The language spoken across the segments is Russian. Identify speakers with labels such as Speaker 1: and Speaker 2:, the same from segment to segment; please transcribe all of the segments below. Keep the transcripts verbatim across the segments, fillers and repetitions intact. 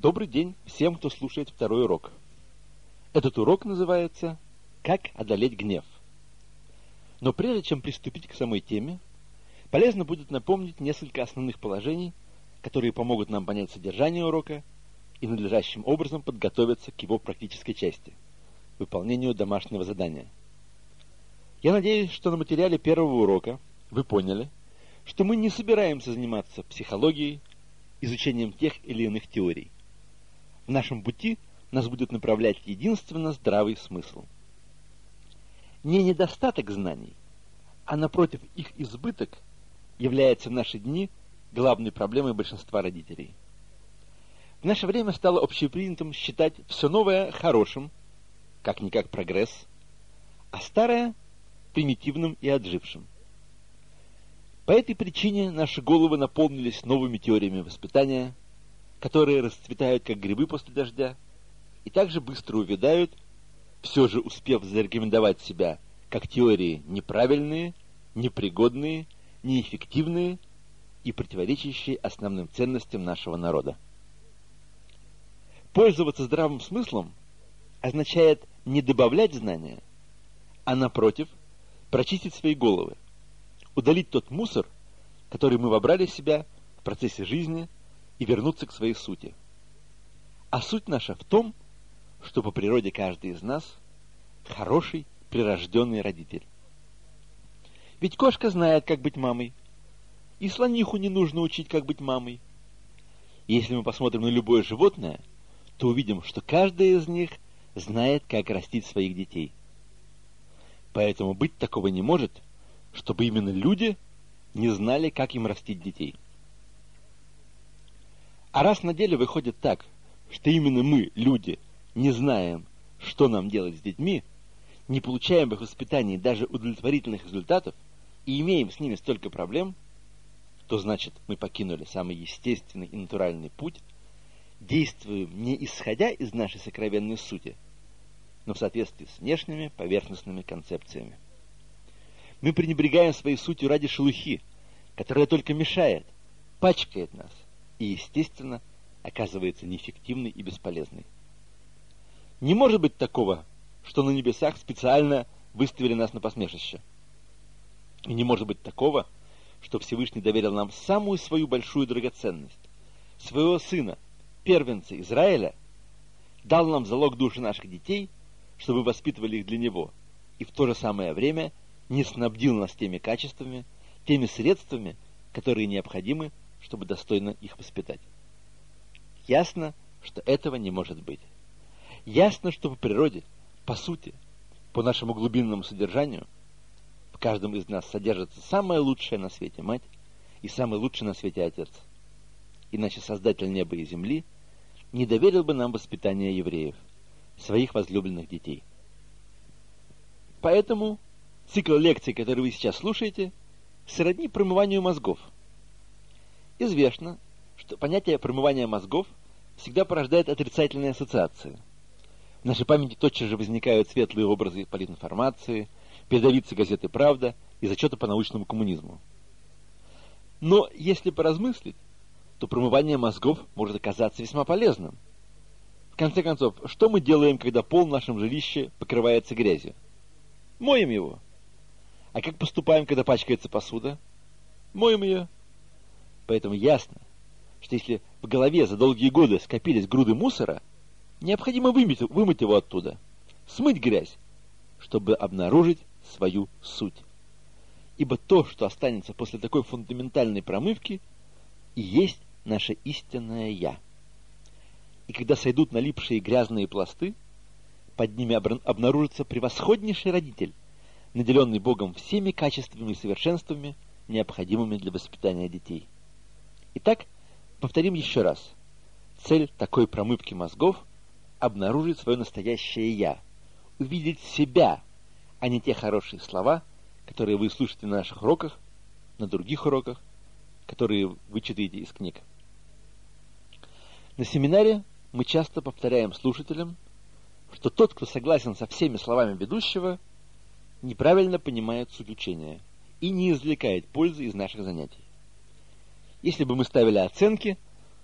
Speaker 1: Добрый день всем, кто слушает второй урок. Этот урок называется «Как одолеть гнев». Но прежде чем приступить к самой теме, полезно будет напомнить несколько основных положений, которые помогут нам понять содержание урока и надлежащим образом подготовиться к его практической части – выполнению домашнего задания. Я надеюсь, что на материале первого урока вы поняли, что мы не собираемся заниматься психологией, изучением тех или иных теорий. В нашем пути нас будет направлять единственно здравый смысл. Не недостаток знаний, а напротив их избыток является в наши дни главной проблемой большинства родителей. В наше время стало общепринятым считать все новое хорошим, как-никак прогресс, а старое примитивным и отжившим. По этой причине наши головы наполнились новыми теориями воспитания, которые расцветают как грибы после дождя и также быстро увядают, все же успев зарекомендовать себя как теории неправильные, непригодные, неэффективные и противоречащие основным ценностям нашего народа. Пользоваться здравым смыслом означает не добавлять знания, а напротив, прочистить свои головы, удалить тот мусор, который мы вобрали в себя в процессе жизни, и вернуться к своей сути. А суть наша в том, что по природе каждый из нас хороший прирожденный родитель. Ведь кошка знает, как быть мамой, и слониху не нужно учить, как быть мамой. И если мы посмотрим на любое животное, то увидим, что каждая из них знает, как растить своих детей. Поэтому быть такого не может, чтобы именно люди не знали, как им растить детей. А раз на деле выходит так, что именно мы, люди, не знаем, что нам делать с детьми, не получаем в их воспитании даже удовлетворительных результатов и имеем с ними столько проблем, то значит, мы покинули самый естественный и натуральный путь, действуем не исходя из нашей сокровенной сути, но в соответствии с внешними поверхностными концепциями. Мы пренебрегаем своей сутью ради шелухи, которая только мешает, пачкает нас и, естественно, оказывается неэффективной и бесполезной. Не может быть такого, что на небесах специально выставили нас на посмешище. И не может быть такого, что Всевышний доверил нам самую свою большую драгоценность, своего сына, первенца Израиля, дал нам в залог души наших детей, чтобы воспитывали их для него, и в то же самое время не снабдил нас теми качествами, теми средствами, которые необходимы, чтобы достойно их воспитать. Ясно, что этого не может быть. Ясно, что по природе, по сути, по нашему глубинному содержанию, в каждом из нас содержится самая лучшая на свете мать и самый лучший на свете отец. Иначе Создатель неба и земли не доверил бы нам воспитание евреев, своих возлюбленных детей. Поэтому цикл лекций, который вы сейчас слушаете, сродни промыванию мозгов. Известно, что понятие промывания мозгов всегда порождает отрицательные ассоциации. В нашей памяти тотчас же возникают светлые образы политинформации, передовицы газеты «Правда» и зачеты по научному коммунизму. Но если поразмыслить, то промывание мозгов может оказаться весьма полезным. В конце концов, что мы делаем, когда пол в нашем жилище покрывается грязью? Моем его. А как поступаем, когда пачкается посуда? Моем ее. Поэтому ясно, что если в голове за долгие годы скопились груды мусора, необходимо вымыть, вымыть его оттуда, смыть грязь, чтобы обнаружить свою суть. Ибо то, что останется после такой фундаментальной промывки, и есть наше истинное «Я». И когда сойдут налипшие грязные пласты, под ними обнаружится превосходнейший родитель, наделенный Богом всеми качествами и совершенствами, необходимыми для воспитания детей. Итак, повторим еще раз. Цель такой промывки мозгов – обнаружить свое настоящее «Я», увидеть себя, а не те хорошие слова, которые вы слушаете на наших уроках, на других уроках, которые вы читаете из книг. На семинаре мы часто повторяем слушателям, что тот, кто согласен со всеми словами ведущего, неправильно понимает суть учения и не извлекает пользы из наших занятий. Если бы мы ставили оценки,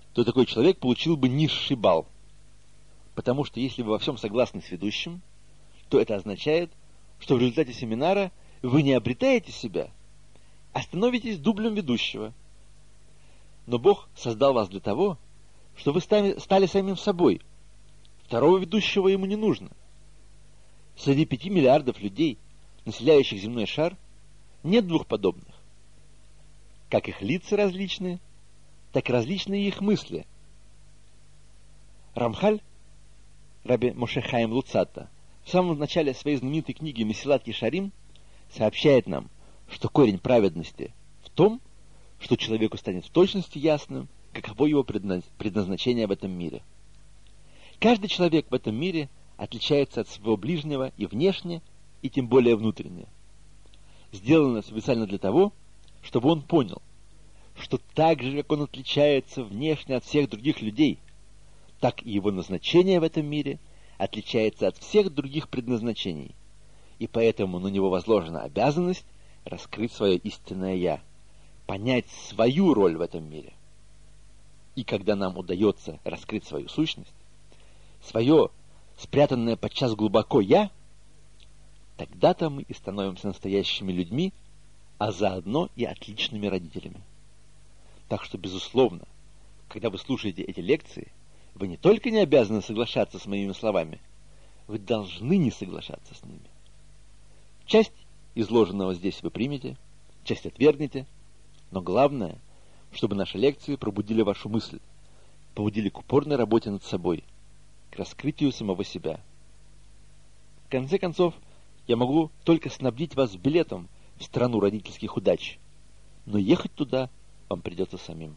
Speaker 1: то такой человек получил бы низший балл. Потому что если вы во всем согласны с ведущим, то это означает, что в результате семинара вы не обретаете себя, а становитесь дублем ведущего. Но Бог создал вас для того, что вы стали самим собой. Второго ведущего ему не нужно. Среди пяти миллиардов людей, населяющих земной шар, нет двух подобных. Как их лица различны, так различны и их мысли. Рамхаль, Раби Моше Хаим Луцата, в самом начале своей знаменитой книги «Месилат Ешарим» сообщает нам, что корень праведности в том, что человеку станет в точности ясным, каково его предназначение в этом мире. Каждый человек в этом мире отличается от своего ближнего и внешне, и тем более внутренне. Сделано специально для того, чтобы он понял, что так же, как он отличается внешне от всех других людей, так и его назначение в этом мире отличается от всех других предназначений, и поэтому на него возложена обязанность раскрыть свое истинное «Я», понять свою роль в этом мире. И когда нам удается раскрыть свою сущность, свое спрятанное подчас глубоко «Я», тогда-то мы и становимся настоящими людьми, а заодно и отличными родителями. Так что, безусловно, когда вы слушаете эти лекции, вы не только не обязаны соглашаться с моими словами, вы должны не соглашаться с ними. Часть изложенного здесь вы примете, часть отвергнете, но главное, чтобы наши лекции пробудили вашу мысль, побудили к упорной работе над собой, к раскрытию самого себя. В конце концов, я могу только снабдить вас билетом в страну родительских удач, но ехать туда вам придется самим.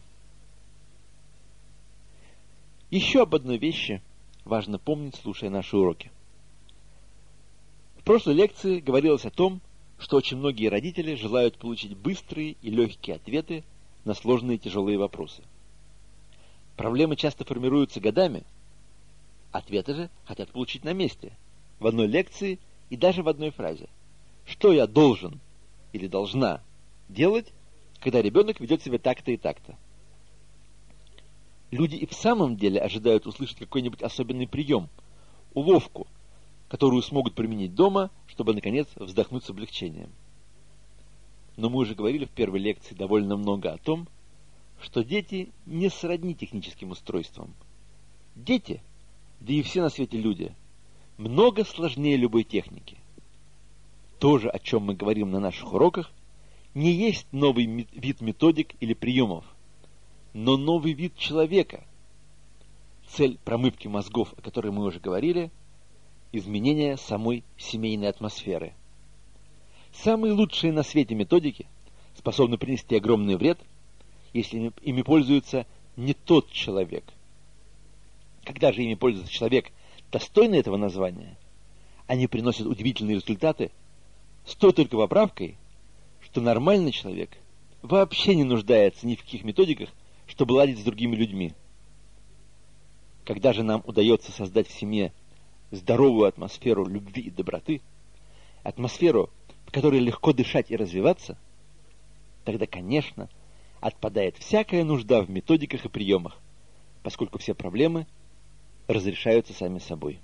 Speaker 1: Еще об одной вещи важно помнить, слушая наши уроки. В прошлой лекции говорилось о том, что очень многие родители желают получить быстрые и легкие ответы на сложные и тяжелые вопросы. Проблемы часто формируются годами, ответы же хотят получить на месте, в одной лекции и даже в одной фразе. Что я должен или должна делать, когда ребенок ведет себя так-то и так-то? Люди и в самом деле ожидают услышать какой-нибудь особенный прием, уловку, которую смогут применить дома, чтобы, наконец, вздохнуть с облегчением. Но мы уже говорили в первой лекции довольно много о том, что дети не сродни техническим устройствам. Дети, да и все на свете люди, много сложнее любой техники. То же, о чем мы говорим на наших уроках, не есть новый вид методик или приемов, но новый вид человека. Цель промывки мозгов, о которой мы уже говорили, изменение самой семейной атмосферы. Самые лучшие на свете методики способны принести огромный вред, если ими пользуется не тот человек. Когда же ими пользуется человек, достойный этого названия, они приносят удивительные результаты с той только поправкой, что нормальный человек вообще не нуждается ни в каких методиках, чтобы ладить с другими людьми. Когда же нам удается создать в семье здоровую атмосферу любви и доброты, атмосферу, в которой легко дышать и развиваться, тогда, конечно, отпадает всякая нужда в методиках и приемах, поскольку все проблемы разрешаются сами собой.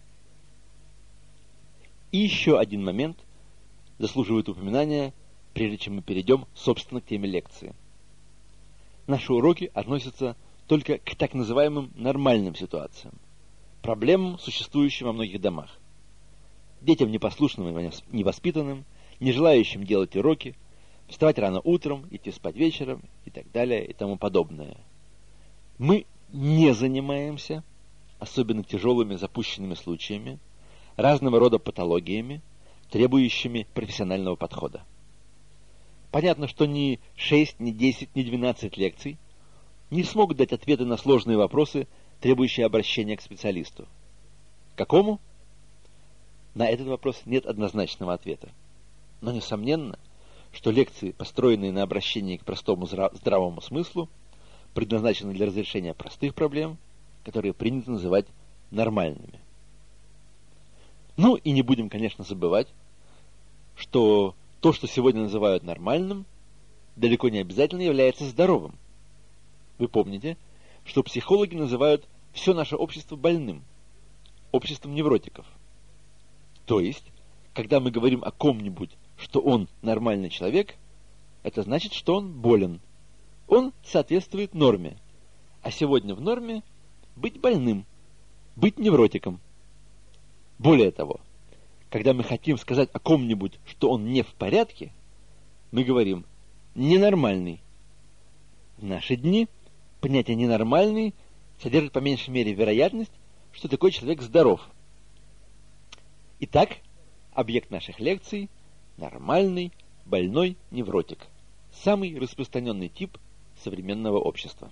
Speaker 1: И еще один момент заслуживает упоминания, прежде чем мы перейдем, собственно, к теме лекции. Наши уроки относятся только к так называемым нормальным ситуациям, проблемам, существующим во многих домах. Детям непослушным и невоспитанным, не желающим делать уроки, вставать рано утром, идти спать вечером и так далее и тому подобное. Мы не занимаемся особенно тяжелыми запущенными случаями, разного рода патологиями, требующими профессионального подхода. Понятно, что ни шесть, ни десять, ни двенадцать лекций не смогут дать ответы на сложные вопросы, требующие обращения к специалисту. Какому? На этот вопрос нет однозначного ответа. Но несомненно, что лекции, построенные на обращении к простому здравому смыслу, предназначены для разрешения простых проблем, которые принято называть нормальными. Ну и не будем, конечно, забывать, что то, что сегодня называют нормальным, далеко не обязательно является здоровым. Вы помните, что психологи называют все наше общество больным, обществом невротиков. То есть, когда мы говорим о ком-нибудь, что он нормальный человек, это значит, что он болен. Он соответствует норме. А сегодня в норме быть больным, быть невротиком. Более того, когда мы хотим сказать о ком-нибудь, что он не в порядке, мы говорим «ненормальный». В наши дни понятие «ненормальный» содержит по меньшей мере вероятность, что такой человек здоров. Итак, объект наших лекций – нормальный, больной невротик. Самый распространенный тип современного общества.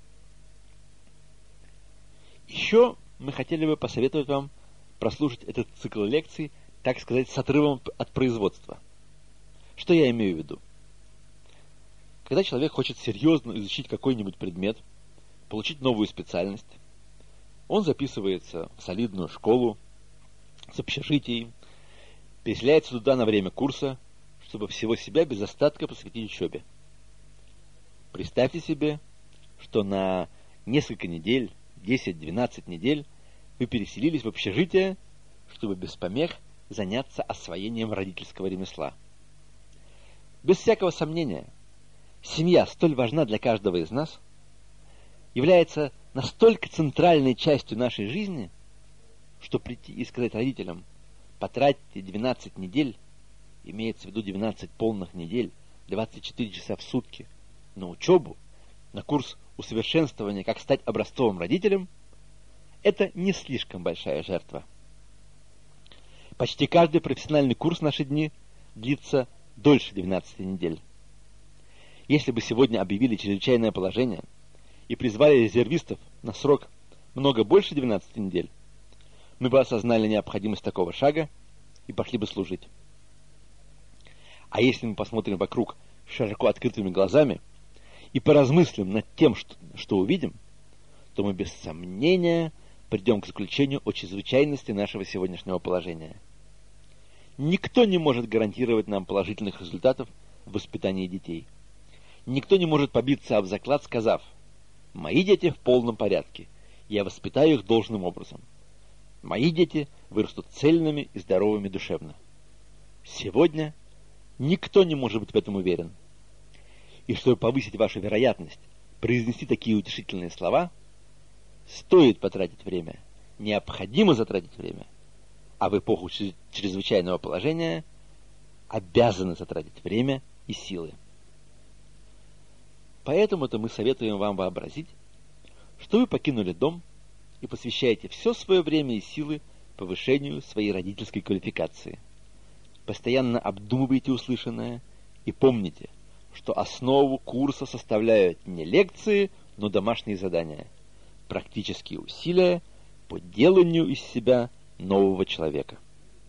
Speaker 1: Еще мы хотели бы посоветовать вам прослушать этот цикл лекций, так сказать, с отрывом от производства. Что я имею в виду? Когда человек хочет серьезно изучить какой-нибудь предмет, получить новую специальность, он записывается в солидную школу с общежитием, переселяется туда на время курса, чтобы всего себя без остатка посвятить учебе. Представьте себе, что на несколько недель, десять-двенадцать недель, вы переселились в общежитие, чтобы без помех заняться освоением родительского ремесла. Без всякого сомнения, семья столь важна для каждого из нас, является настолько центральной частью нашей жизни, что прийти и сказать родителям: потратьте двенадцать недель, имеется в виду двенадцать полных недель, двадцать четыре часа в сутки, на учебу, на курс усовершенствования, как стать образцовым родителем, это не слишком большая жертва. Почти каждый профессиональный курс в наши дни длится дольше двенадцати недель. Если бы сегодня объявили чрезвычайное положение и призвали резервистов на срок много больше двенадцати недель, мы бы осознали необходимость такого шага и пошли бы служить. А если мы посмотрим вокруг широко открытыми глазами и поразмыслим над тем, что, что увидим, то мы без сомнения придем к заключению о чрезвычайности нашего сегодняшнего положения. Никто не может гарантировать нам положительных результатов в воспитании детей. Никто не может побиться об заклад, сказав: «Мои дети в полном порядке, я воспитаю их должным образом. Мои дети вырастут цельными и здоровыми душевно». Сегодня никто не может быть в этом уверен. И чтобы повысить вашу вероятность произнести такие утешительные слова, стоит потратить время, необходимо затратить время, а в эпоху чрезвычайного положения обязаны затратить время и силы. Поэтому-то мы советуем вам вообразить, что вы покинули дом и посвящаете все свое время и силы повышению своей родительской квалификации. Постоянно обдумывайте услышанное и помните, что основу курса составляют не лекции, но домашние задания, практические усилия по деланию из себя нового человека.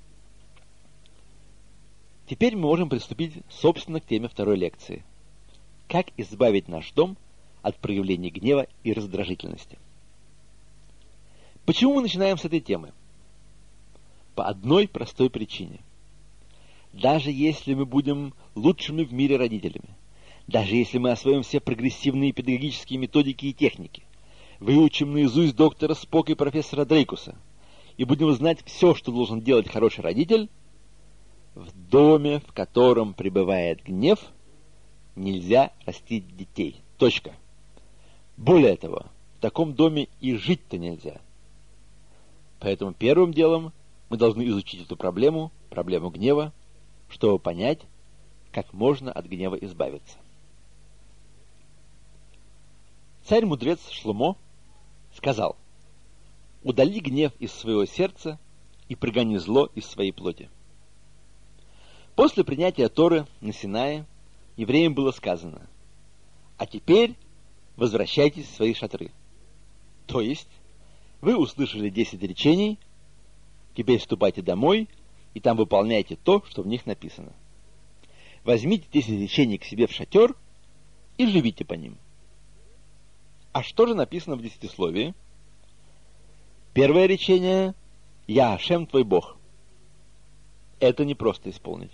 Speaker 1: Теперь мы можем приступить, собственно, к теме второй лекции. Как избавить наш дом от проявления гнева и раздражительности? Почему мы начинаем с этой темы? По одной простой причине. Даже если мы будем лучшими в мире родителями, даже если мы освоим все прогрессивные педагогические методики и техники, выучим наизусть доктора Спока и профессора Дрейкуса и будем знать все, что должен делать хороший родитель, в доме, в котором пребывает гнев, нельзя растить детей. Точка. Более того, в таком доме и жить-то нельзя. Поэтому первым делом мы должны изучить эту проблему, проблему гнева, чтобы понять, как можно от гнева избавиться. Царь-мудрец Шломо сказал: «Удали гнев из своего сердца и прогони зло из своей плоти». После принятия Торы на Синае евреям было сказано: «А теперь возвращайтесь в свои шатры». То есть, вы услышали десять речений, теперь вступайте домой и там выполняйте то, что в них написано. Возьмите десять речений к себе в шатер и живите по ним. А что же написано в десятисловии? Первое речение — «Я Ашем твой Бог». Это непросто исполнить.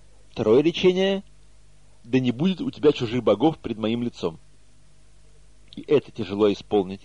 Speaker 1: Второе речение — «Да не будет у тебя чужих богов пред моим лицом». И это тяжело исполнить.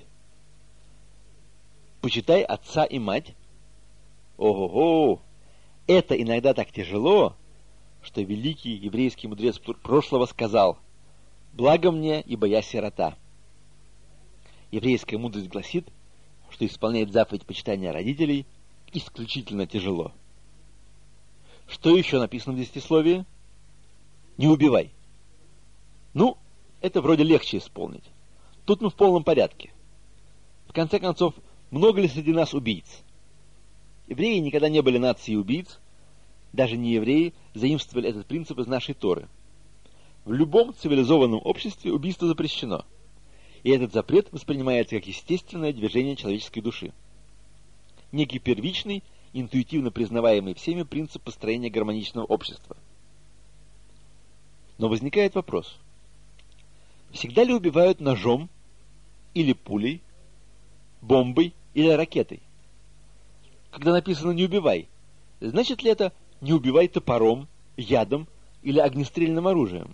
Speaker 1: Почитай отца и мать. Ого-го! Это иногда так тяжело, что великий еврейский мудрец прошлого сказал: «Благо мне, ибо я сирота». Еврейская мудрость гласит, что исполнять заповедь почитания родителей исключительно тяжело. Что еще написано в десятисловии? Не убивай. Ну, это вроде легче исполнить. Тут мы в полном порядке. В конце концов, много ли среди нас убийц? Евреи никогда не были нацией убийц. Даже не евреи заимствовали этот принцип из нашей Торы. В любом цивилизованном обществе убийство запрещено. И этот запрет воспринимается как естественное движение человеческой души. Некий первичный, интуитивно признаваемый всеми принцип построения гармоничного общества. Но возникает вопрос: всегда ли убивают ножом, или пулей, бомбой или ракетой? Когда написано «не убивай», значит ли это «не убивай топором, ядом или огнестрельным оружием»?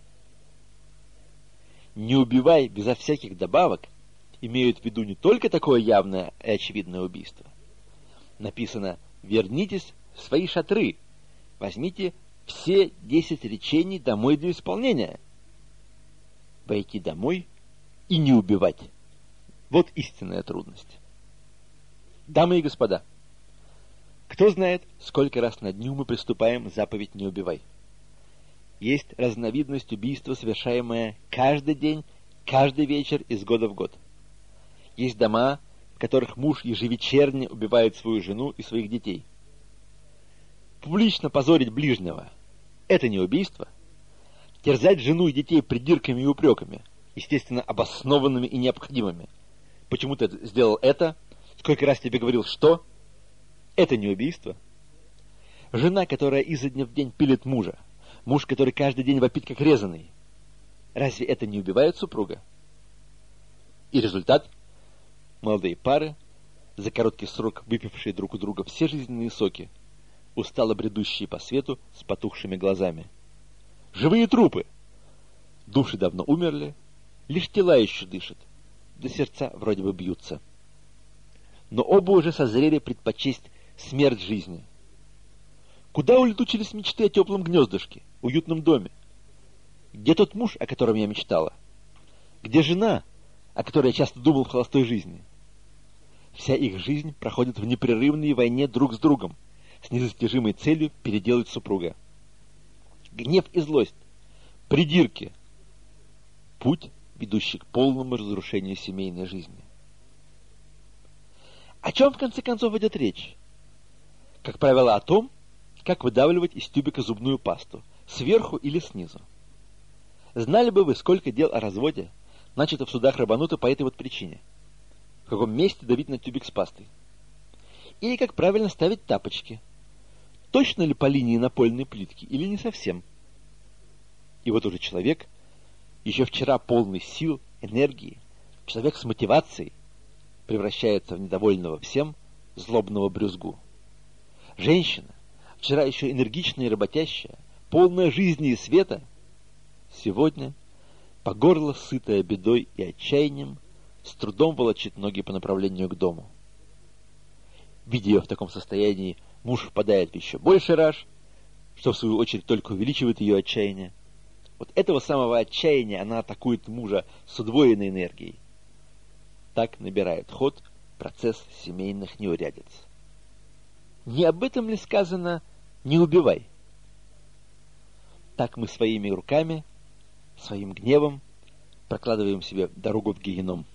Speaker 1: «Не убивай» безо всяких добавок имеют в виду не только такое явное и очевидное убийство. Написано: «Вернитесь в свои шатры, возьмите все десять речений домой для исполнения». Войти домой и не убивать — вот истинная трудность. Дамы и господа, кто знает, сколько раз на дню мы приступаем заповедь «не убивай». Есть разновидность убийства, совершаемая каждый день, каждый вечер из года в год. Есть дома, в которых муж ежевечерне убивает свою жену и своих детей. Публично позорить ближнего — это не убийство. Терзать жену и детей придирками и упреками, естественно, обоснованными и необходимыми. Почему ты сделал это? Сколько раз тебе говорил что? Это не убийство. Жена, которая изо дня в день пилит мужа, муж, который каждый день вопит как резаный, разве это не убивает супруга? И результат? Молодые пары, за короткий срок выпившие друг у друга все жизненные соки, устало бредущие по свету с потухшими глазами. Живые трупы! Души давно умерли, лишь тела еще дышат, да сердца вроде бы бьются. Но оба уже созрели предпочесть смерть жизни. Куда улетучились мечты о теплом гнездышке, уютном доме? Где тот муж, о котором я мечтала? Где жена, о которой я часто думал в холостой жизни? Вся их жизнь проходит в непрерывной войне друг с другом, с недостижимой целью переделать супруга. Гнев и злость, придирки — путь, ведущий к полному разрушению семейной жизни. О чем, в конце концов, идет речь? Как правило, о том, как выдавливать из тюбика зубную пасту, сверху или снизу. Знали бы вы, сколько дел о разводе начато в судах рабанута по этой вот причине. В каком месте давить на тюбик с пастой. Или как правильно ставить тапочки. Точно ли по линии напольной плитки или не совсем? И вот уже человек, еще вчера полный сил, энергии, человек с мотивацией, превращается в недовольного всем злобного брюзгу. Женщина, вчера еще энергичная и работящая, полная жизни и света, сегодня, по горло сытая бедой и отчаянием, с трудом волочит ноги по направлению к дому. Видя ее в таком состоянии, муж впадает в еще больший раж, что в свою очередь только увеличивает ее отчаяние. Вот этого самого отчаяния она атакует мужа с удвоенной энергией. Так набирает ход процесс семейных неурядиц. Не об этом ли сказано «не убивай»? Так мы своими руками, своим гневом прокладываем себе дорогу в геном.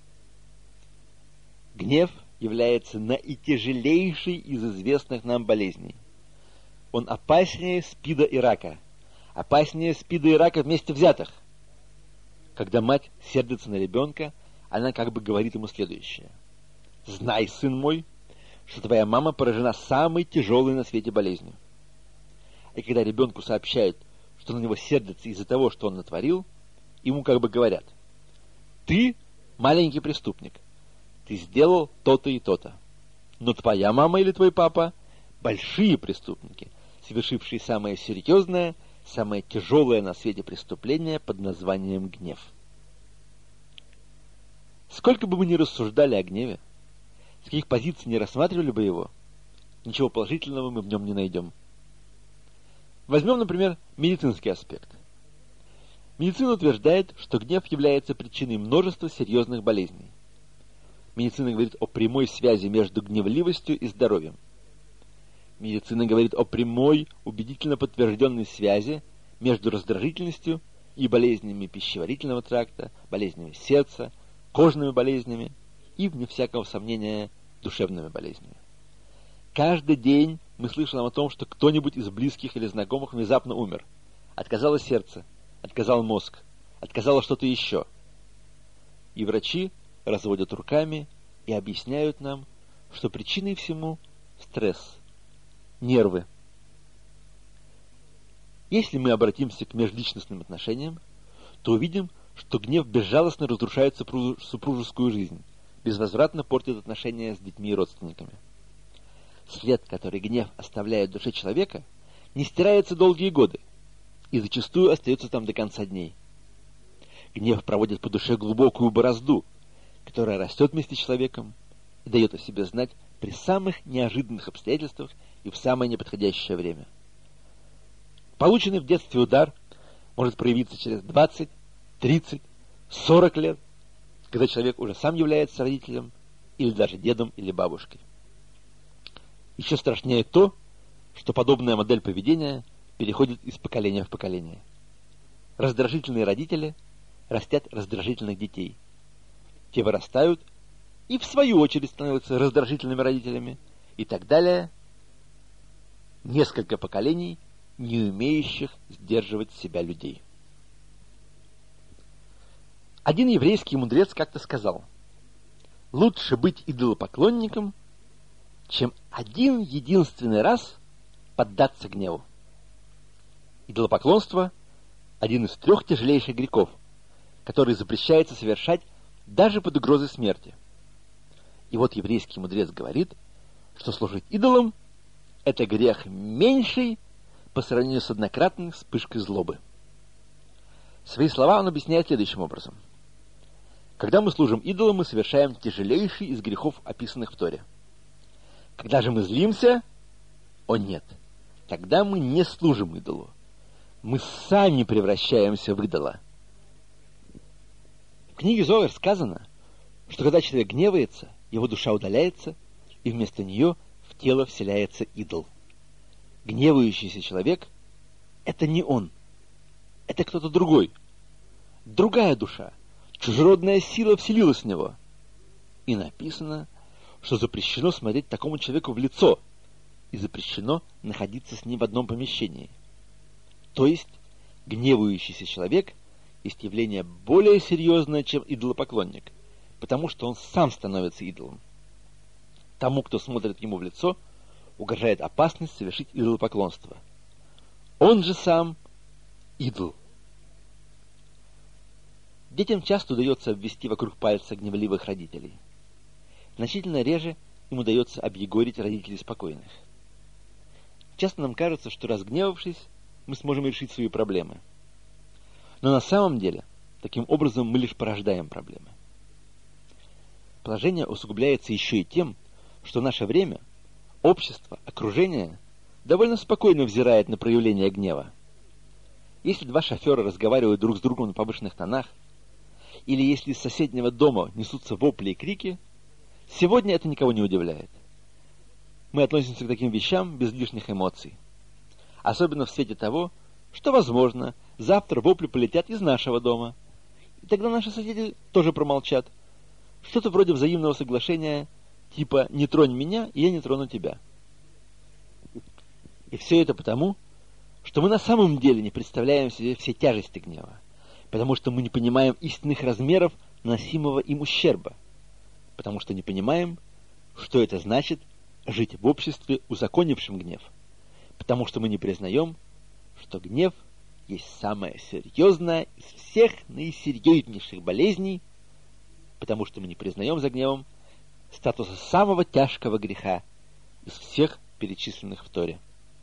Speaker 1: Гнев является наитяжелейшей из известных нам болезней. Он опаснее СПИДа и рака. Опаснее СПИДа и рака вместе взятых. Когда мать сердится на ребенка, она как бы говорит ему следующее: «Знай, сын мой, что твоя мама поражена самой тяжелой на свете болезнью». И когда ребенку сообщают, что на него сердятся из-за того, что он натворил, ему как бы говорят: «Ты маленький преступник, ты сделал то-то и то-то. Но твоя мама или твой папа — большие преступники, совершившие самое серьезное, самое тяжелое на свете преступление под названием гнев». Сколько бы мы ни рассуждали о гневе, с каких позиций не рассматривали бы его, ничего положительного мы в нем не найдем. Возьмем, например, медицинский аспект. Медицина утверждает, что гнев является причиной множества серьезных болезней. Медицина говорит о прямой связи между гневливостью и здоровьем. Медицина говорит о прямой, убедительно подтвержденной связи между раздражительностью и болезнями пищеварительного тракта, болезнями сердца, кожными болезнями и, вне всякого сомнения, душевными болезнями. Каждый день мы слышим о том, что кто-нибудь из близких или знакомых внезапно умер. Отказало сердце, отказал мозг, отказало что-то еще. И врачи разводят руками и объясняют нам, что причиной всему стресс, нервы. Если мы обратимся к межличностным отношениям, то увидим, что гнев безжалостно разрушает супружескую жизнь, безвозвратно портит отношения с детьми и родственниками. След, который гнев оставляет в душе человека, не стирается долгие годы и зачастую остается там до конца дней. Гнев проводит по душе глубокую борозду, которая растет вместе с человеком и дает о себе знать при самых неожиданных обстоятельствах и в самое неподходящее время. Полученный в детстве удар может проявиться через двадцать, тридцать, сорок лет, когда человек уже сам является родителем или даже дедом или бабушкой. Еще страшнее то, что подобная модель поведения переходит из поколения в поколение. Раздражительные родители растят раздражительных детей. Те вырастают и в свою очередь становятся раздражительными родителями и так далее. Несколько поколений не умеющих сдерживать себя людей. Один еврейский мудрец как-то сказал: лучше быть идолопоклонником, чем один единственный раз поддаться гневу. Идолопоклонство – один из трех тяжелейших грехов, который запрещается совершать даже под угрозой смерти. И вот еврейский мудрец говорит, что служить идолам – это грех меньший по сравнению с однократной вспышкой злобы. Свои слова он объясняет следующим образом. Когда мы служим идолам, мы совершаем тяжелейший из грехов, описанных в Торе. Когда же мы злимся, о нет, тогда мы не служим идолу. Мы сами превращаемся в идола. В книге Зоар сказано, что когда человек гневается, его душа удаляется, и вместо нее в тело вселяется идол. Гневающийся человек — это не он, это кто-то другой. Другая душа, чужеродная сила вселилась в него. И написано, что запрещено смотреть такому человеку в лицо, и запрещено находиться с ним в одном помещении. То есть, гневающийся человек есть явление более серьезное, чем идолопоклонник, потому что он сам становится идолом. Тому, кто смотрит ему в лицо, угрожает опасность совершить идолопоклонство. Он же сам идол. Детям часто удается обвести вокруг пальца гневливых родителей. Значительно реже им удается объегорить родителей спокойных. Часто нам кажется, что разгневавшись, мы сможем решить свои проблемы. Но на самом деле, таким образом мы лишь порождаем проблемы. Положение усугубляется еще и тем, что в наше время общество, окружение довольно спокойно взирает на проявление гнева. Если два шофера разговаривают друг с другом на повышенных тонах, или если из соседнего дома несутся вопли и крики, сегодня это никого не удивляет. Мы относимся к таким вещам без лишних эмоций. Особенно в свете того, что, возможно, завтра вопли полетят из нашего дома. И тогда наши соседи тоже промолчат. Что-то вроде взаимного соглашения, типа «не тронь меня, и я не трону тебя». И все это потому, что мы на самом деле не представляем себе все тяжести гнева, потому что мы не понимаем истинных размеров наносимого им ущерба, потому что не понимаем, что это значит жить в обществе, узаконившем гнев, потому что мы не признаем, что гнев есть самая серьезная из всех наисерьезнейших болезней, потому что мы не признаем за гневом статуса самого тяжкого греха из всех перечисленных в Торе.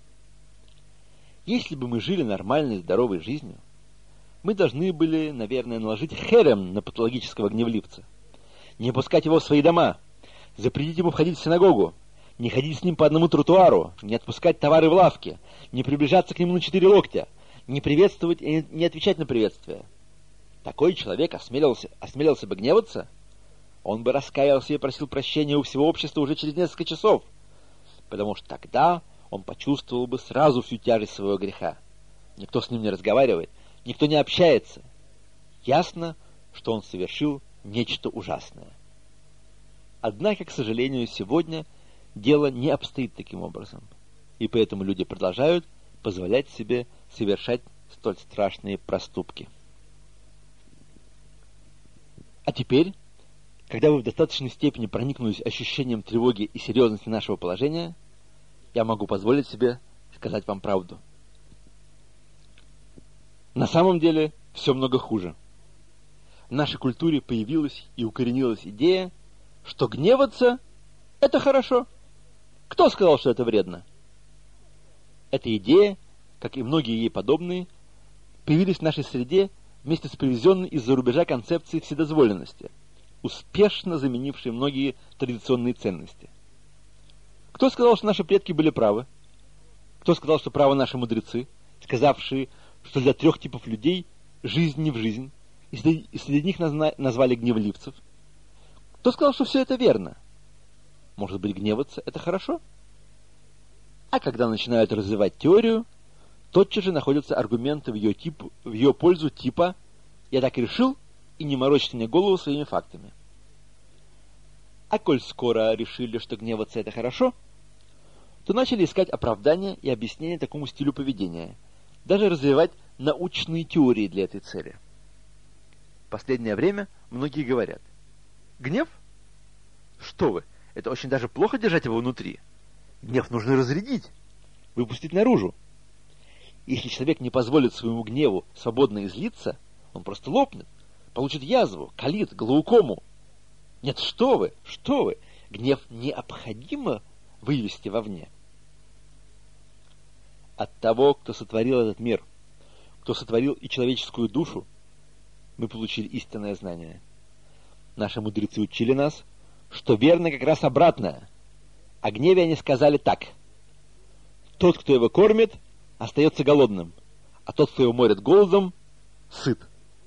Speaker 1: Если бы мы жили нормальной, здоровой жизнью, мы должны были, наверное, наложить херем на патологического гневливца, не пускать его в свои дома, запретить ему входить в синагогу, не ходить с ним по одному тротуару, не отпускать товары в лавке, не приближаться к нему на четыре локтя, не приветствовать и не отвечать на приветствие. Такой человек осмелился, осмелился бы гневаться, он бы раскаялся и просил прощения у всего общества уже через несколько часов, потому что тогда он почувствовал бы сразу всю тяжесть своего греха. Никто с ним не разговаривает, никто не общается. Ясно, что он совершил нечто ужасное. Однако, к сожалению, сегодня дело не обстоит таким образом, и поэтому люди продолжают позволять себе совершать столь страшные проступки. А теперь, когда вы в достаточной степени проникнулись ощущением тревоги и серьезности нашего положения, я могу позволить себе сказать вам правду. На самом деле все много хуже. В нашей культуре появилась и укоренилась идея, что гневаться – это хорошо. Кто сказал, что это вредно? Эта идея, как и многие ей подобные, появились в нашей среде вместе с привезенной из-за рубежа концепцией вседозволенности, успешно заменившей многие традиционные ценности. Кто сказал, что наши предки были правы? Кто сказал, что правы наши мудрецы, сказавшие, что для трех типов людей жизнь не в жизнь, и среди, и среди них назна, назвали гневливцев? Кто сказал, что все это верно? Может быть, гневаться – это хорошо? А когда начинают развивать теорию, тотчас же находятся аргументы в ее, тип, в ее пользу типа «я так решил, и не морочьте мне голову своими фактами». А коль скоро решили, что гневаться – это хорошо, то начали искать оправдания и объяснения такому стилю поведения, даже развивать научные теории для этой цели. В последнее время многие говорят: гнев? Что вы, это очень даже плохо держать его внутри. Гнев нужно разрядить, выпустить наружу. Если человек не позволит своему гневу свободно излиться, он просто лопнет, получит язву, колит, глаукому. Нет, что вы, что вы, гнев необходимо вывести вовне. От того, кто сотворил этот мир, кто сотворил и человеческую душу, мы получили истинное знание. Наши мудрецы учили нас, что верно как раз обратное. О гневе они сказали так: тот, кто его кормит, остается голодным, а тот, кто его морит голодом, сыт.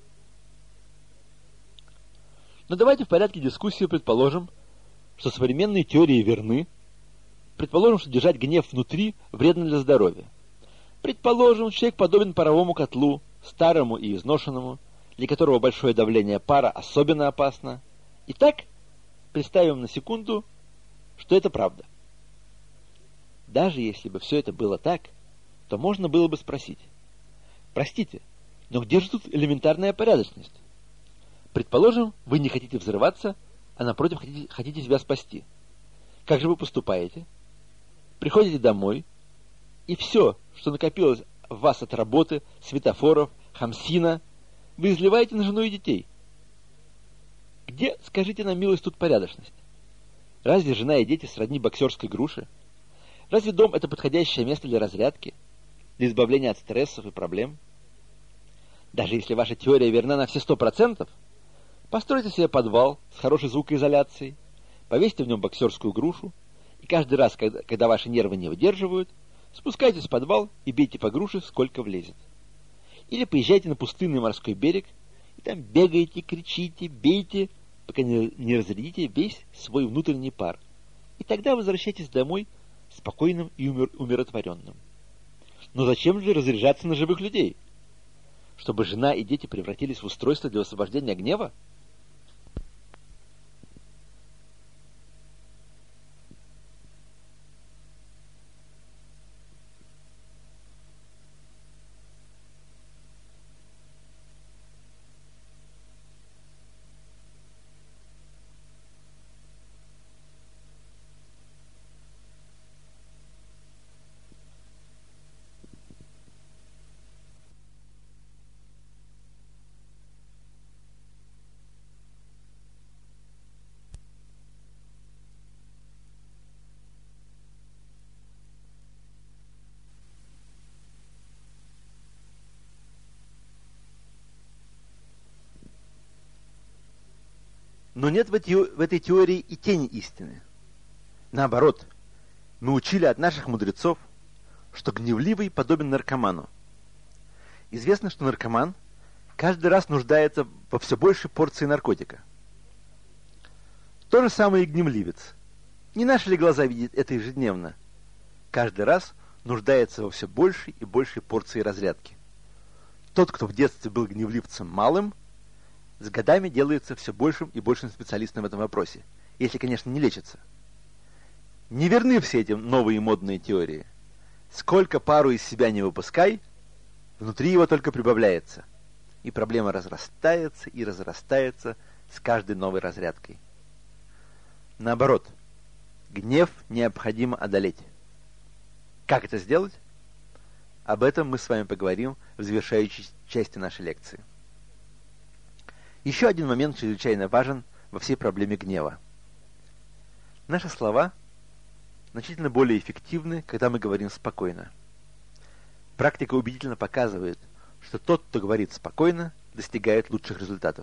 Speaker 1: Но давайте в порядке дискуссии предположим, что современные теории верны. Предположим, что держать гнев внутри вредно для здоровья. Предположим, что человек подобен паровому котлу, старому и изношенному, для которого большое давление пара особенно опасно. Итак, представим на секунду, что это правда. Даже если бы все это было так, то можно было бы спросить: простите, но где же тут элементарная порядочность? Предположим, вы не хотите взрываться, а напротив хотите, хотите себя спасти. Как же вы поступаете? Приходите домой, и все, что накопилось в вас от работы, светофоров, хамсина, вы изливаете на жену и детей. Где, скажите на милость, тут порядочность? Разве жена и дети сродни боксерской груши? Разве дом – это подходящее место для разрядки, для избавления от стрессов и проблем? Даже если ваша теория верна на все сто процентов, постройте себе подвал с хорошей звукоизоляцией, повесьте в нем боксерскую грушу, и каждый раз, когда, когда ваши нервы не выдерживают, спускайтесь в подвал и бейте по груше, сколько влезет. Или поезжайте на пустынный морской берег, и там бегайте, кричите, бейте, пока не, не разрядите весь свой внутренний пар. И тогда возвращайтесь домой спокойным и умир, умиротворенным. Но зачем же разряжаться на живых людей? Чтобы жена и дети превратились в устройство для освобождения гнева? Но нет в этой, в этой теории и тени истины. Наоборот, мы учили от наших мудрецов, что гневливый подобен наркоману. Известно, что наркоман каждый раз нуждается во все большей порции наркотика. То же самое и гневливец. Не наши ли глаза видят это ежедневно? Каждый раз нуждается во все большей и большей порции разрядки. Тот, кто в детстве был гневливцем малым, с годами делается все большим и большим специалистом в этом вопросе, если, конечно, не лечится. Не верны все эти новые модные теории. Сколько пару из себя не выпускай, внутри его только прибавляется, и проблема разрастается и разрастается с каждой новой разрядкой. Наоборот, гнев необходимо одолеть. Как это сделать? Об этом мы с вами поговорим в завершающей части нашей лекции. Еще один момент чрезвычайно важен во всей проблеме гнева. Наши слова значительно более эффективны, когда мы говорим спокойно. Практика убедительно показывает, что тот, кто говорит спокойно, достигает лучших результатов.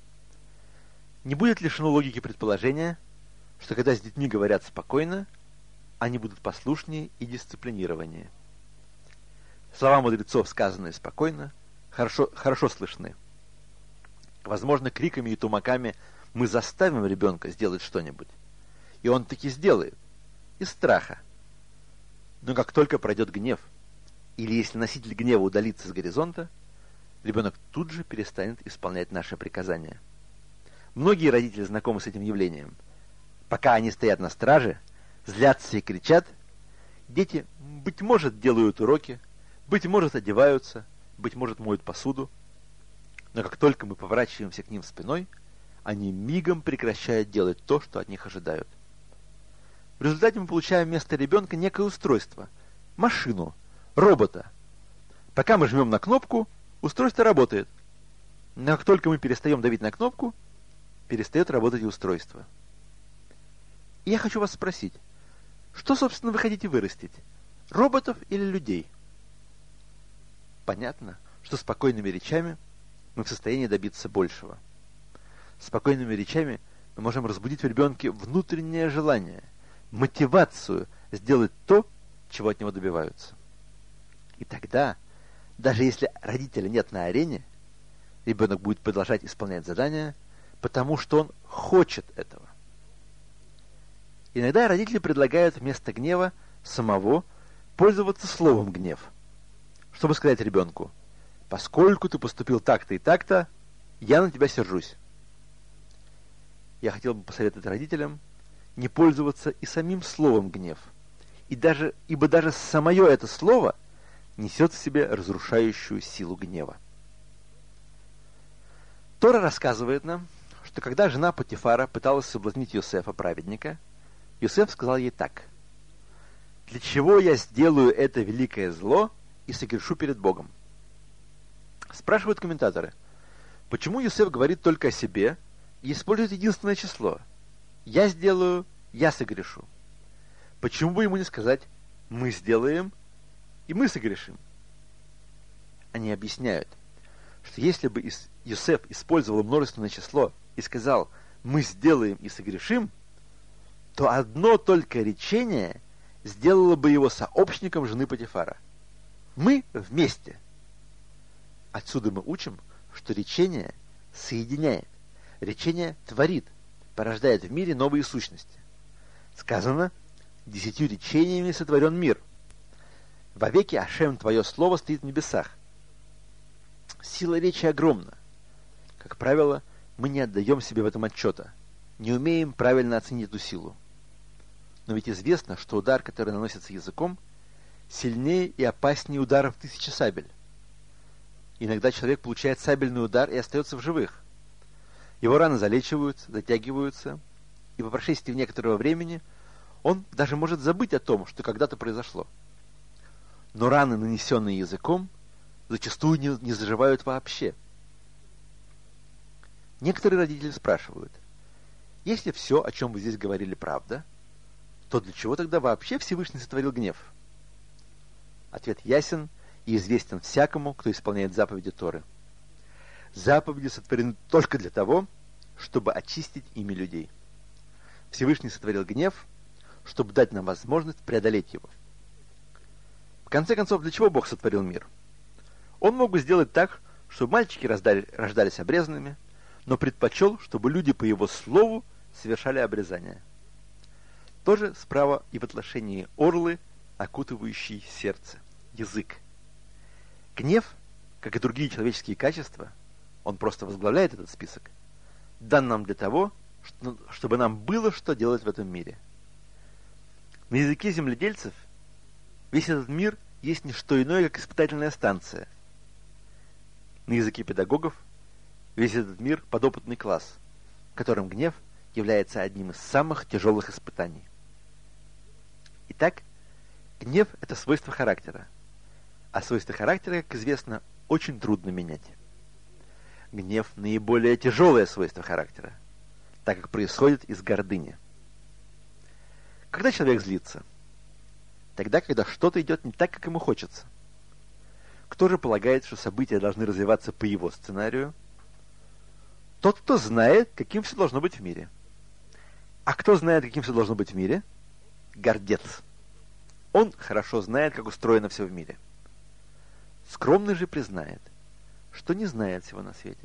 Speaker 1: Не будет лишено логики предположения, что когда с детьми говорят спокойно, они будут послушнее и дисциплинированнее. Слова мудрецов, сказанные спокойно, хорошо, хорошо слышны. Возможно, криками и тумаками мы заставим ребенка сделать что-нибудь, и он таки сделает, из страха. Но как только пройдет гнев, или если носитель гнева удалится с горизонта, ребенок тут же перестанет исполнять наши приказания. Многие родители знакомы с этим явлением. Пока они стоят на страже, злятся и кричат, дети, быть может, делают уроки, быть может, одеваются, быть может, моют посуду. Но как только мы поворачиваемся к ним спиной, они мигом прекращают делать то, что от них ожидают. В результате мы получаем вместо ребенка некое устройство, машину, робота. Пока мы жмем на кнопку, устройство работает. Но как только мы перестаем давить на кнопку, перестает работать и устройство. И я хочу вас спросить, что, собственно, вы хотите вырастить? Роботов или людей? Понятно, что спокойными речами мы в состоянии добиться большего. Спокойными речами мы можем разбудить в ребенке внутреннее желание, мотивацию сделать то, чего от него добиваются. И тогда, даже если родителя нет на арене, ребенок будет продолжать исполнять задания, потому что он хочет этого. Иногда родители предлагают вместо гнева самого пользоваться словом «гнев», чтобы сказать ребенку: «Поскольку ты поступил так-то и так-то, я на тебя сержусь». Я хотел бы посоветовать родителям не пользоваться и самим словом «гнев», и даже, ибо даже самое это слово несет в себе разрушающую силу гнева. Тора рассказывает нам, что когда жена Потифара пыталась соблазнить Йосефа, праведника, Йосеф сказал ей так: «Для чего я сделаю это великое зло и согрешу перед Богом?» Спрашивают комментаторы, почему Йосеф говорит только о себе и использует единственное число? «Я сделаю, я согрешу». Почему бы ему не сказать «мы сделаем» и «мы согрешим»? Они объясняют, что если бы Йосеф использовал множественное число и сказал «мы сделаем и согрешим», то одно только речение сделало бы его сообщником жены Потифара. Мы вместе. Отсюда мы учим, что речение соединяет, речение творит, порождает в мире новые сущности. Сказано: «Десятью речениями сотворен мир». «Вовеки Ашем, твое слово стоит в небесах». Сила речи огромна. Как правило, мы не отдаем себе в этом отчета, не умеем правильно оценить эту силу. Но ведь известно, что удар, который наносится языком, сильнее и опаснее ударов тысячи сабель. Иногда человек получает сабельный удар и остается в живых. Его раны залечиваются, затягиваются, и по прошествии некоторого времени он даже может забыть о том, что когда-то произошло. Но раны, нанесенные языком, зачастую не, не заживают вообще. Некоторые родители спрашивают: если все, о чем вы здесь говорили, правда, то для чего тогда вообще Всевышний сотворил гнев? Ответ ясен и известен всякому, кто исполняет заповеди Торы. Заповеди сотворены только для того, чтобы очистить ими людей. Всевышний сотворил гнев, чтобы дать нам возможность преодолеть его. В конце концов, для чего Бог сотворил мир? Он мог бы сделать так, чтобы мальчики раздали, рождались обрезанными, но предпочел, чтобы люди по его слову совершали обрезание. Тоже справа и в отношении орлы, окутывающей сердце, язык. Гнев, как и другие человеческие качества, он просто возглавляет этот список, дан нам для того, чтобы нам было что делать в этом мире. На языке земледельцев весь этот мир есть не что иное, как испытательная станция. На языке педагогов весь этот мир – подопытный класс, в котором гнев является одним из самых тяжелых испытаний. Итак, гнев – это свойство характера, а свойства характера, как известно, очень трудно менять. Гнев – наиболее тяжелое свойство характера, так как происходит из гордыни. Когда человек злится? Тогда, когда что-то идет не так, как ему хочется. Кто же полагает, что события должны развиваться по его сценарию? Тот, кто знает, каким все должно быть в мире. А кто знает, каким все должно быть в мире? Гордец. Он хорошо знает, как устроено все в мире. Скромный же признает, что не знает всего на свете.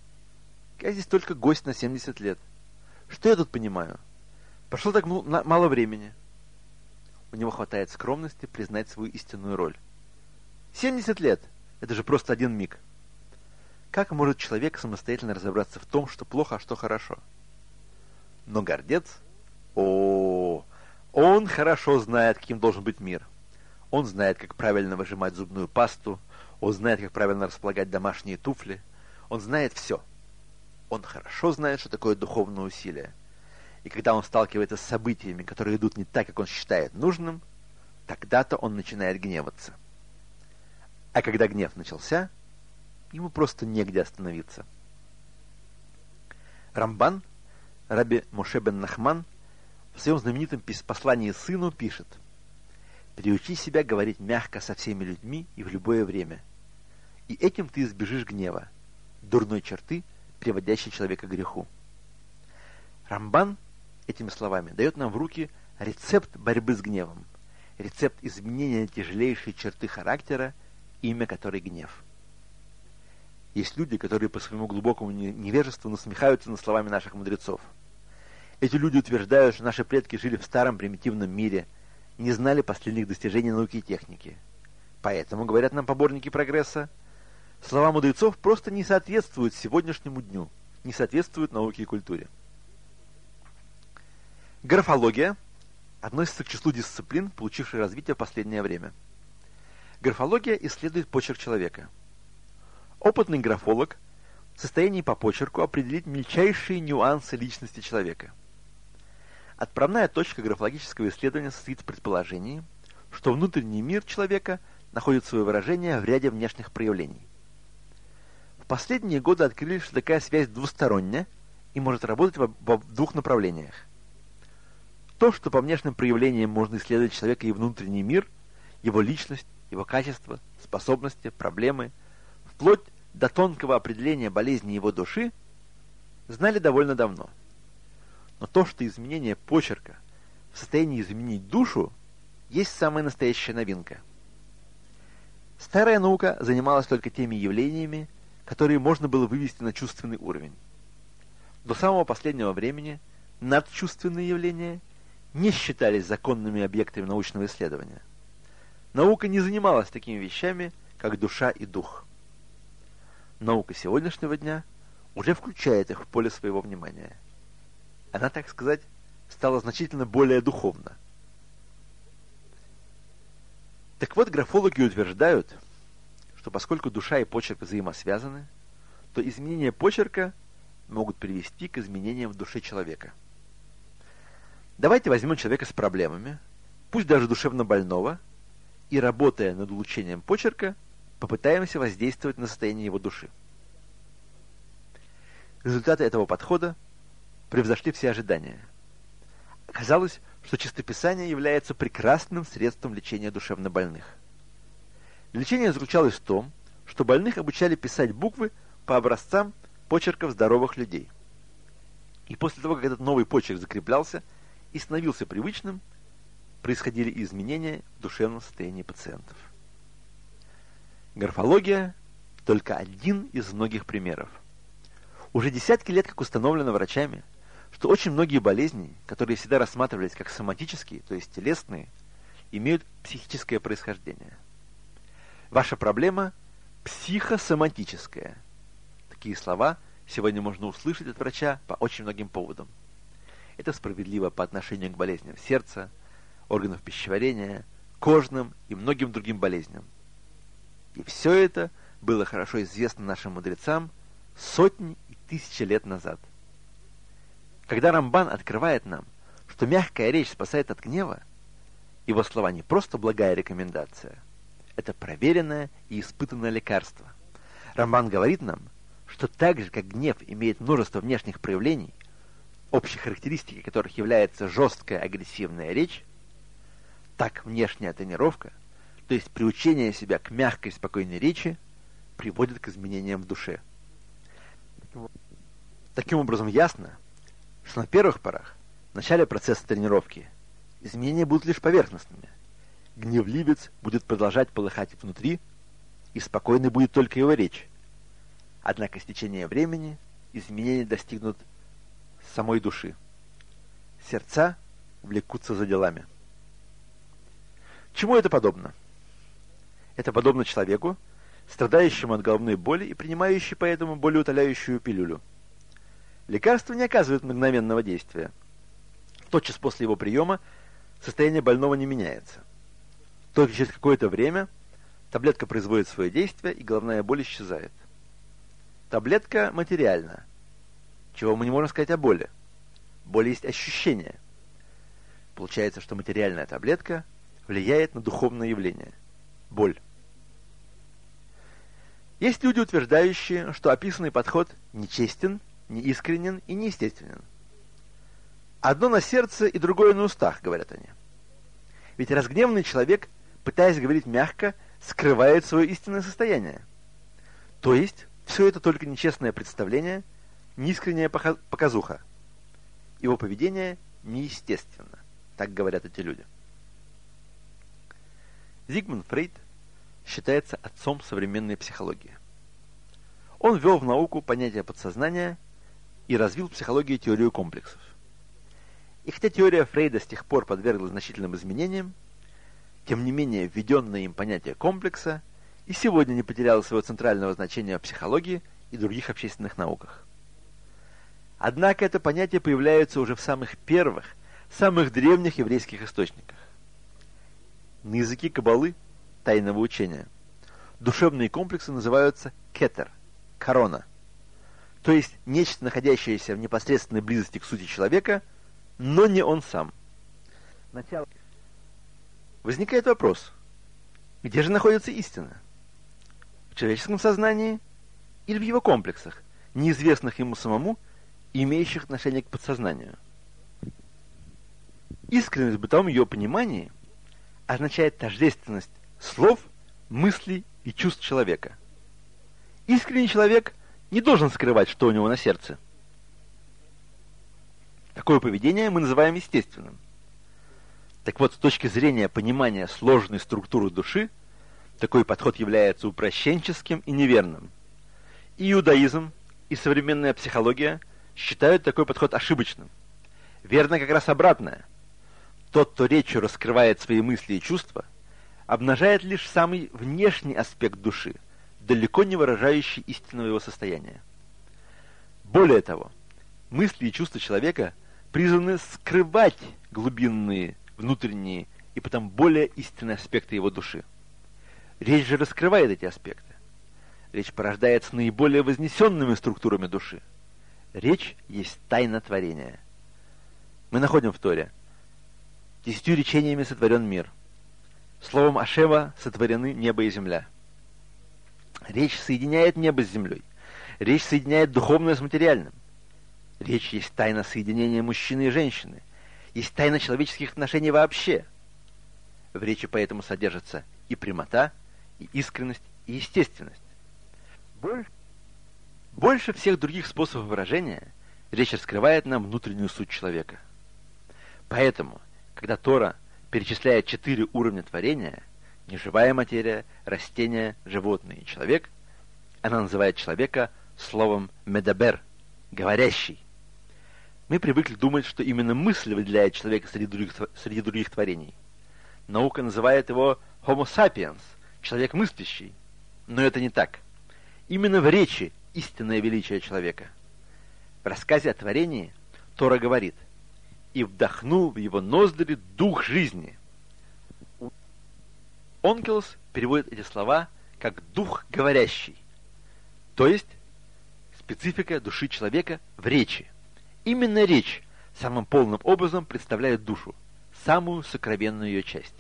Speaker 1: Я здесь только гость на семьдесят лет. Что я тут понимаю? Прошло так мало времени. У него хватает скромности признать свою истинную роль. семьдесят лет – это же просто один миг. Как может человек самостоятельно разобраться в том, что плохо, а что хорошо? Но гордец, о, он хорошо знает, каким должен быть мир. Он знает, как правильно выжимать зубную пасту, он знает, как правильно располагать домашние туфли, он знает все. Он хорошо знает, что такое духовное усилие. И когда он сталкивается с событиями, которые идут не так, как он считает нужным, тогда-то он начинает гневаться. А когда гнев начался, ему просто негде остановиться. Рамбан, Раби Моше бен Нахман, в своем знаменитом послании сыну пишет: «Приучи себя говорить мягко со всеми людьми и в любое время, и этим ты избежишь гнева, дурной черты, приводящей человека к греху». Рамбан этими словами дает нам в руки рецепт борьбы с гневом, рецепт изменения тяжелейшей черты характера, имя которой гнев. Есть люди, которые по своему глубокому невежеству насмехаются над словами наших мудрецов. Эти люди утверждают, что наши предки жили в старом примитивном мире и не знали последних достижений науки и техники. Поэтому, говорят нам поборники прогресса, слова мудрецов просто не соответствуют сегодняшнему дню, не соответствуют науке и культуре. Графология относится к числу дисциплин, получивших развитие в последнее время. Графология исследует почерк человека. Опытный графолог в состоянии по почерку определить мельчайшие нюансы личности человека. Отправная точка графологического исследования состоит в предположении, что внутренний мир человека находит свое выражение в ряде внешних проявлений. В последние годы открыли, что такая связь двусторонняя и может работать в, в двух направлениях. То, что по внешним проявлениям можно исследовать человека и внутренний мир, его личность, его качества, способности, проблемы, вплоть до тонкого определения болезни его души, знали довольно давно. Но то, что изменение почерка в состоянии изменить душу, есть самая настоящая новинка. Старая наука занималась только теми явлениями, которые можно было вывести на чувственный уровень. До самого последнего времени надчувственные явления не считались законными объектами научного исследования. Наука не занималась такими вещами, как душа и дух. Наука сегодняшнего дня уже включает их в поле своего внимания. Она, так сказать, стала значительно более духовна. Так вот, графологи утверждают, что поскольку душа и почерк взаимосвязаны, то изменения почерка могут привести к изменениям в душе человека. Давайте возьмем человека с проблемами, пусть даже душевно больного, и, работая над улучшением почерка, попытаемся воздействовать на состояние его души. Результаты этого подхода превзошли все ожидания. Оказалось, что чистописание является прекрасным средством лечения душевнобольных. Лечение заключалось в том, что больных обучали писать буквы по образцам почерков здоровых людей. И после того, как этот новый почерк закреплялся и становился привычным, происходили изменения в душевном состоянии пациентов. Графология – только один из многих примеров. Уже десятки лет как установлено врачами, что очень многие болезни, которые всегда рассматривались как соматические, то есть телесные, имеют психическое происхождение. Ваша проблема – психосоматическая. Такие слова сегодня можно услышать от врача по очень многим поводам. Это справедливо по отношению к болезням сердца, органов пищеварения, кожным и многим другим болезням. И все это было хорошо известно нашим мудрецам сотни и тысячи лет назад. Когда Рамбан открывает нам, что мягкая речь спасает от гнева, его слова не просто благая рекомендация, это проверенное и испытанное лекарство. Рамбан говорит нам, что так же, как гнев имеет множество внешних проявлений, общей характеристикой которых является жесткая агрессивная речь, так внешняя тренировка, то есть приучение себя к мягкой спокойной речи, приводит к изменениям в душе. Таким образом, ясно, что на первых порах, в начале процесса тренировки, изменения будут лишь поверхностными. Гневливец будет продолжать полыхать внутри, и спокойной будет только его речь. Однако с течением времени изменения достигнут самой души. Сердца влекутся за делами. Чему это подобно? Это подобно человеку, страдающему от головной боли и принимающему поэтому болеутоляющую пилюлю. Лекарство не оказывает мгновенного действия. Тотчас после его приема состояние больного не меняется. Только через какое-то время таблетка производит свое действие, и головная боль исчезает. Таблетка материальна. Чего мы не можем сказать о боли? Боль есть ощущение. Получается, что материальная таблетка влияет на духовное явление – боль. Есть люди, утверждающие, что описанный подход нечестен, неискренен и неестественен. Одно на сердце и другое на устах, говорят они. Ведь разгневанный человек, пытаясь говорить мягко, скрывает свое истинное состояние. То есть, все это только нечестное представление, неискренняя показуха. Его поведение неестественно, так говорят эти люди. Зигмунд Фрейд считается отцом современной психологии. Он ввел в науку понятие подсознания и развил в психологии теорию комплексов. И хотя теория Фрейда с тех пор подверглась значительным изменениям, тем не менее введенное им понятие комплекса и сегодня не потеряло своего центрального значения в психологии и других общественных науках. Однако это понятие появляется уже в самых первых, самых древних еврейских источниках. На языке каббалы, тайного учения, душевные комплексы называются кетер, корона, то есть нечто, находящееся в непосредственной близости к сути человека, но не он сам. Начало. Возникает вопрос, где же находится истина? В человеческом сознании или в его комплексах, неизвестных ему самому и имеющих отношение к подсознанию? Искренность в бытовом ее понимании означает тождественность слов, мыслей и чувств человека. Искренний человек не должен скрывать, что у него на сердце. Такое поведение мы называем естественным. Так вот, с точки зрения понимания сложной структуры души, такой подход является упрощенческим и неверным. И иудаизм, и современная психология считают такой подход ошибочным. Верно как раз обратное. Тот, кто речью раскрывает свои мысли и чувства, обнажает лишь самый внешний аспект души, далеко не выражающий истинного его состояния. Более того, мысли и чувства человека призваны скрывать глубинные, внутренние и потом более истинные аспекты его души. Речь же раскрывает эти аспекты. Речь порождается наиболее вознесенными структурами души. Речь есть тайна творения. Мы находим в Торе: десятью речениями сотворен мир. Словом Ашева сотворены небо и земля. Речь соединяет небо с землей. Речь соединяет духовное с материальным. Речь есть тайна соединения мужчины и женщины. Есть тайна человеческих отношений вообще. В речи поэтому содержится и прямота, и искренность, и естественность. Больше, больше всех других способов выражения Речь раскрывает нам внутреннюю суть человека. Поэтому, когда Тора перечисляет четыре уровня творения – неживая материя, растения, животные и человек – она называет человека словом «медабер» – «говорящий». Мы привыкли думать, что именно мысль выделяет человека среди других, среди других творений. Наука называет его «homo sapiens» – «человек мыслящий». Но это не так. Именно в речи истинное величие человека. В рассказе о творении Тора говорит: «И вдохнул в его ноздри дух жизни». Онкелос переводит эти слова как «дух говорящий», то есть специфика души человека в речи. Именно речь самым полным образом представляет душу, самую сокровенную ее часть.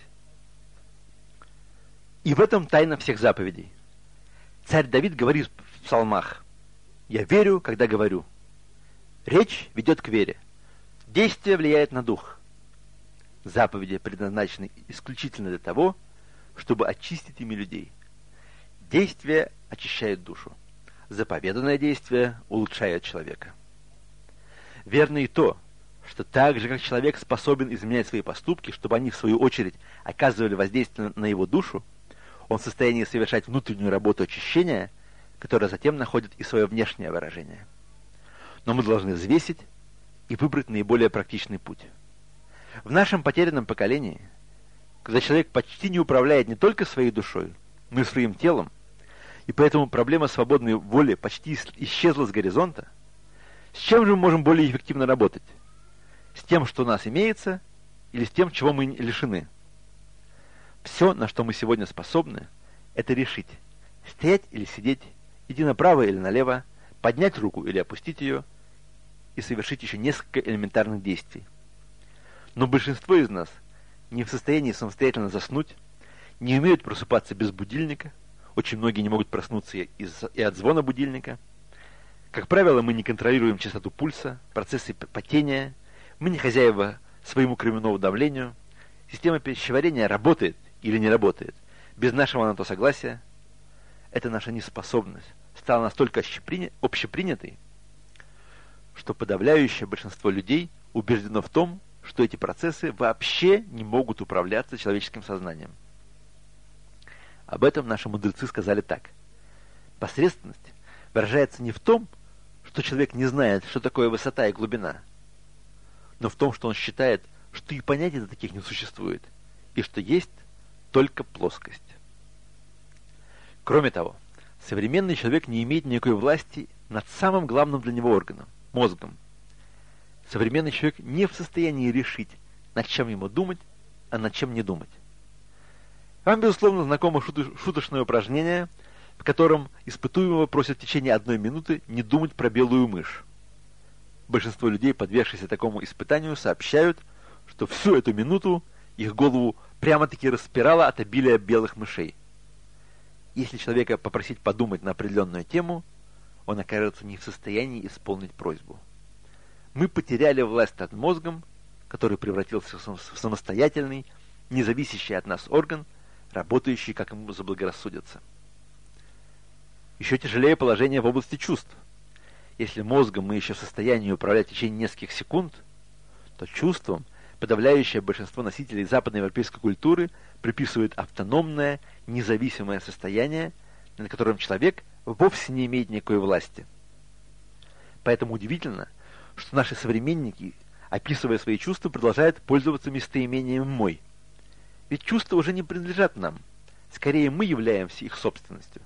Speaker 1: И в этом тайна всех заповедей. Царь Давид говорит в псалмах: «Я верю, когда говорю». Речь ведет к вере. Действие влияет на дух. Заповеди предназначены исключительно для того, чтобы очистить ими людей. Действие очищает душу. Заповеданное действие улучшает человека. Верно и то, что так же, как человек способен изменять свои поступки, чтобы они, в свою очередь, оказывали воздействие на его душу, он в состоянии совершать внутреннюю работу очищения, которая затем находит и свое внешнее выражение. Но мы должны взвесить и выбрать наиболее практичный путь. В нашем потерянном поколении, когда человек почти не управляет не только своей душой, но и своим телом, и поэтому проблема свободной воли почти исчезла с горизонта, с чем же мы можем более эффективно работать? С тем, что у нас имеется, или с тем, чего мы лишены? Все, на что мы сегодня способны, это решить: стоять или сидеть, идти направо или налево, поднять руку или опустить ее, и совершить еще несколько элементарных действий. Но большинство из нас не в состоянии самостоятельно заснуть, не умеют просыпаться без будильника, очень многие не могут проснуться из- и от звона будильника. Как правило, мы не контролируем частоту пульса, процессы потения, мы не хозяева своему кровяному давлению, система пищеварения работает или не работает без нашего на то согласия. Эта наша неспособность стала настолько общеприня- общепринятой, что подавляющее большинство людей убеждено в том, что эти процессы вообще не могут управляться человеческим сознанием. Об этом наши мудрецы сказали так: посредственность выражается не в том, что человек не знает, что такое высота и глубина, но в том, что он считает, что и понятий таких не существует, и что есть только плоскость. Кроме того, современный человек не имеет никакой власти над самым главным для него органом – мозгом. Современный человек не в состоянии решить, над чем ему думать, а над чем не думать. Вам, безусловно, знакомо шуточное упражнение, в котором испытуемого просят в течение одной минуты не думать про белую мышь. Большинство людей, подвергшихся такому испытанию, сообщают, что всю эту минуту их голову прямо-таки распирало от обилия белых мышей. Если человека попросить подумать на определенную тему, он окажется не в состоянии исполнить просьбу. Мы потеряли власть над мозгом, который превратился в самостоятельный, независящий от нас орган, работающий, как ему заблагорассудится. Еще тяжелее положение в области чувств. Если мозгом мы еще в состоянии управлять в течение нескольких секунд, то чувствам подавляющее большинство носителей западноевропейской культуры приписывает автономное, независимое состояние, над которым человек вовсе не имеет никакой власти. Поэтому удивительно, что наши современники, описывая свои чувства, продолжают пользоваться местоимением «мой». Ведь чувства уже не принадлежат нам. Скорее, мы являемся их собственностью.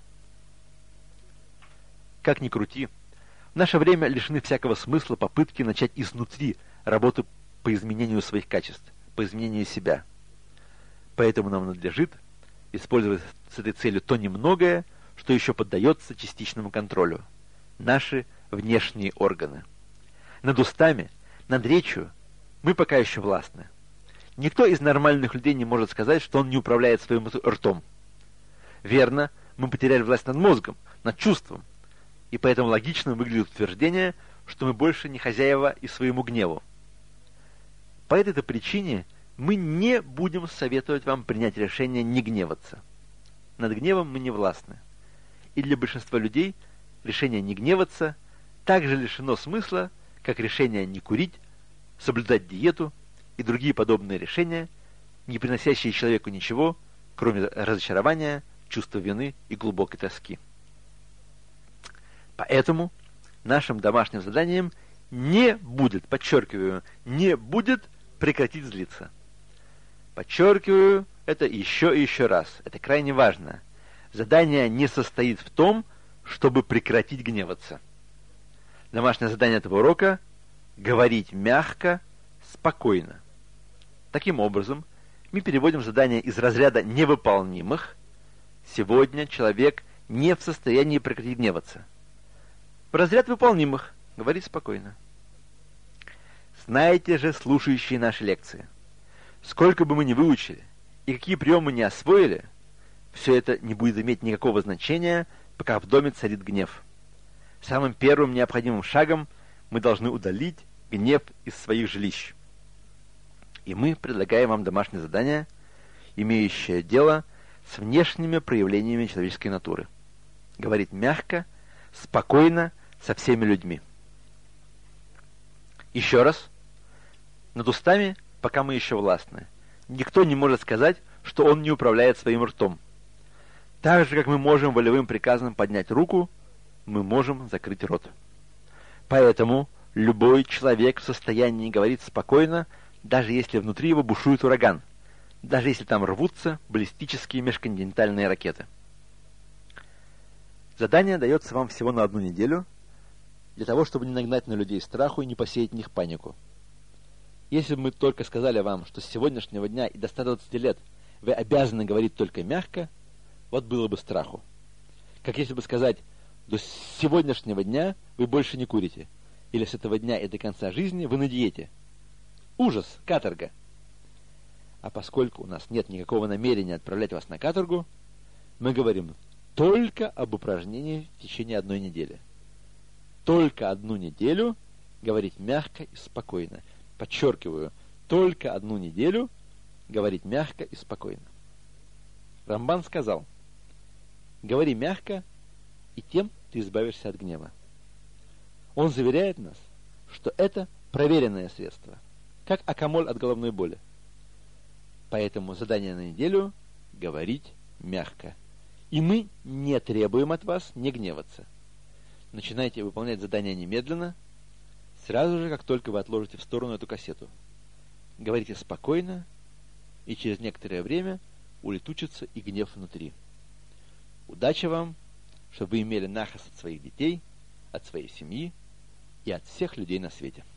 Speaker 1: Как ни крути, в наше время лишены всякого смысла попытки начать изнутри работу по изменению своих качеств, по изменению себя. Поэтому нам надлежит использовать с этой целью то немногое, что еще поддается частичному контролю – наши внешние органы. Над устами, над речью мы пока еще властны. Никто из нормальных людей не может сказать, что он не управляет своим ртом. Верно, мы потеряли власть над мозгом, над чувством, и поэтому логично выглядит утверждение, что мы больше не хозяева и своему гневу. По этой-то причине мы не будем советовать вам принять решение не гневаться. Над гневом мы не властны. И для большинства людей решение не гневаться так же лишено смысла, как решение не курить, соблюдать диету и другие подобные решения, не приносящие человеку ничего, кроме разочарования, чувства вины и глубокой тоски. Поэтому нашим домашним заданием не будет, подчеркиваю, не будет прекратить злиться. Подчеркиваю это еще и еще раз. Это крайне важно. Задание не состоит в том, чтобы прекратить гневаться. Домашнее задание этого урока — говорить мягко, спокойно. Таким образом, мы переводим задание из разряда невыполнимых. Сегодня человек не в состоянии прекратить гневаться. В разряд выполнимых. Говорить спокойно. Знаете же, слушающие наши лекции, сколько бы мы ни выучили и какие приемы не освоили, все это не будет иметь никакого значения, пока в доме царит гнев. Самым первым необходимым шагом мы должны удалить гнев из своих жилищ. И мы предлагаем вам домашнее задание, имеющее дело с внешними проявлениями человеческой натуры. Говорить мягко, спокойно со всеми людьми. Еще раз. Над устами, пока мы еще властны, никто не может сказать, что он не управляет своим ртом. Так же, как мы можем волевым приказом поднять руку, мы можем закрыть рот. Поэтому любой человек в состоянии говорить спокойно, даже если внутри его бушует ураган, даже если там рвутся баллистические межконтинентальные ракеты. Задание дается вам всего на одну неделю, для того, чтобы не нагнать на людей страху и не посеять в них панику. Если бы мы только сказали вам, что с сегодняшнего дня и до ста двадцати лет вы обязаны говорить только мягко, вот было бы страху. Как если бы сказать, до сегодняшнего дня вы больше не курите, или с этого дня и до конца жизни вы на диете. Ужас, каторга. А поскольку у нас нет никакого намерения отправлять вас на каторгу, мы говорим только об упражнении в течение одной недели. Только одну неделю говорить мягко и спокойно. Подчеркиваю, только одну неделю говорить мягко и спокойно. Рамбан сказал: говори мягко, и тем ты избавишься от гнева. Он заверяет нас, что это проверенное средство, как акамоль от головной боли. Поэтому задание на неделю — говорить мягко. И мы не требуем от вас не гневаться. Начинайте выполнять задание немедленно, сразу же, как только вы отложите в сторону эту кассету. Говорите спокойно, и через некоторое время улетучится и гнев внутри. Удачи вам, чтобы вы имели нахас от своих детей, от своей семьи и от всех людей на свете.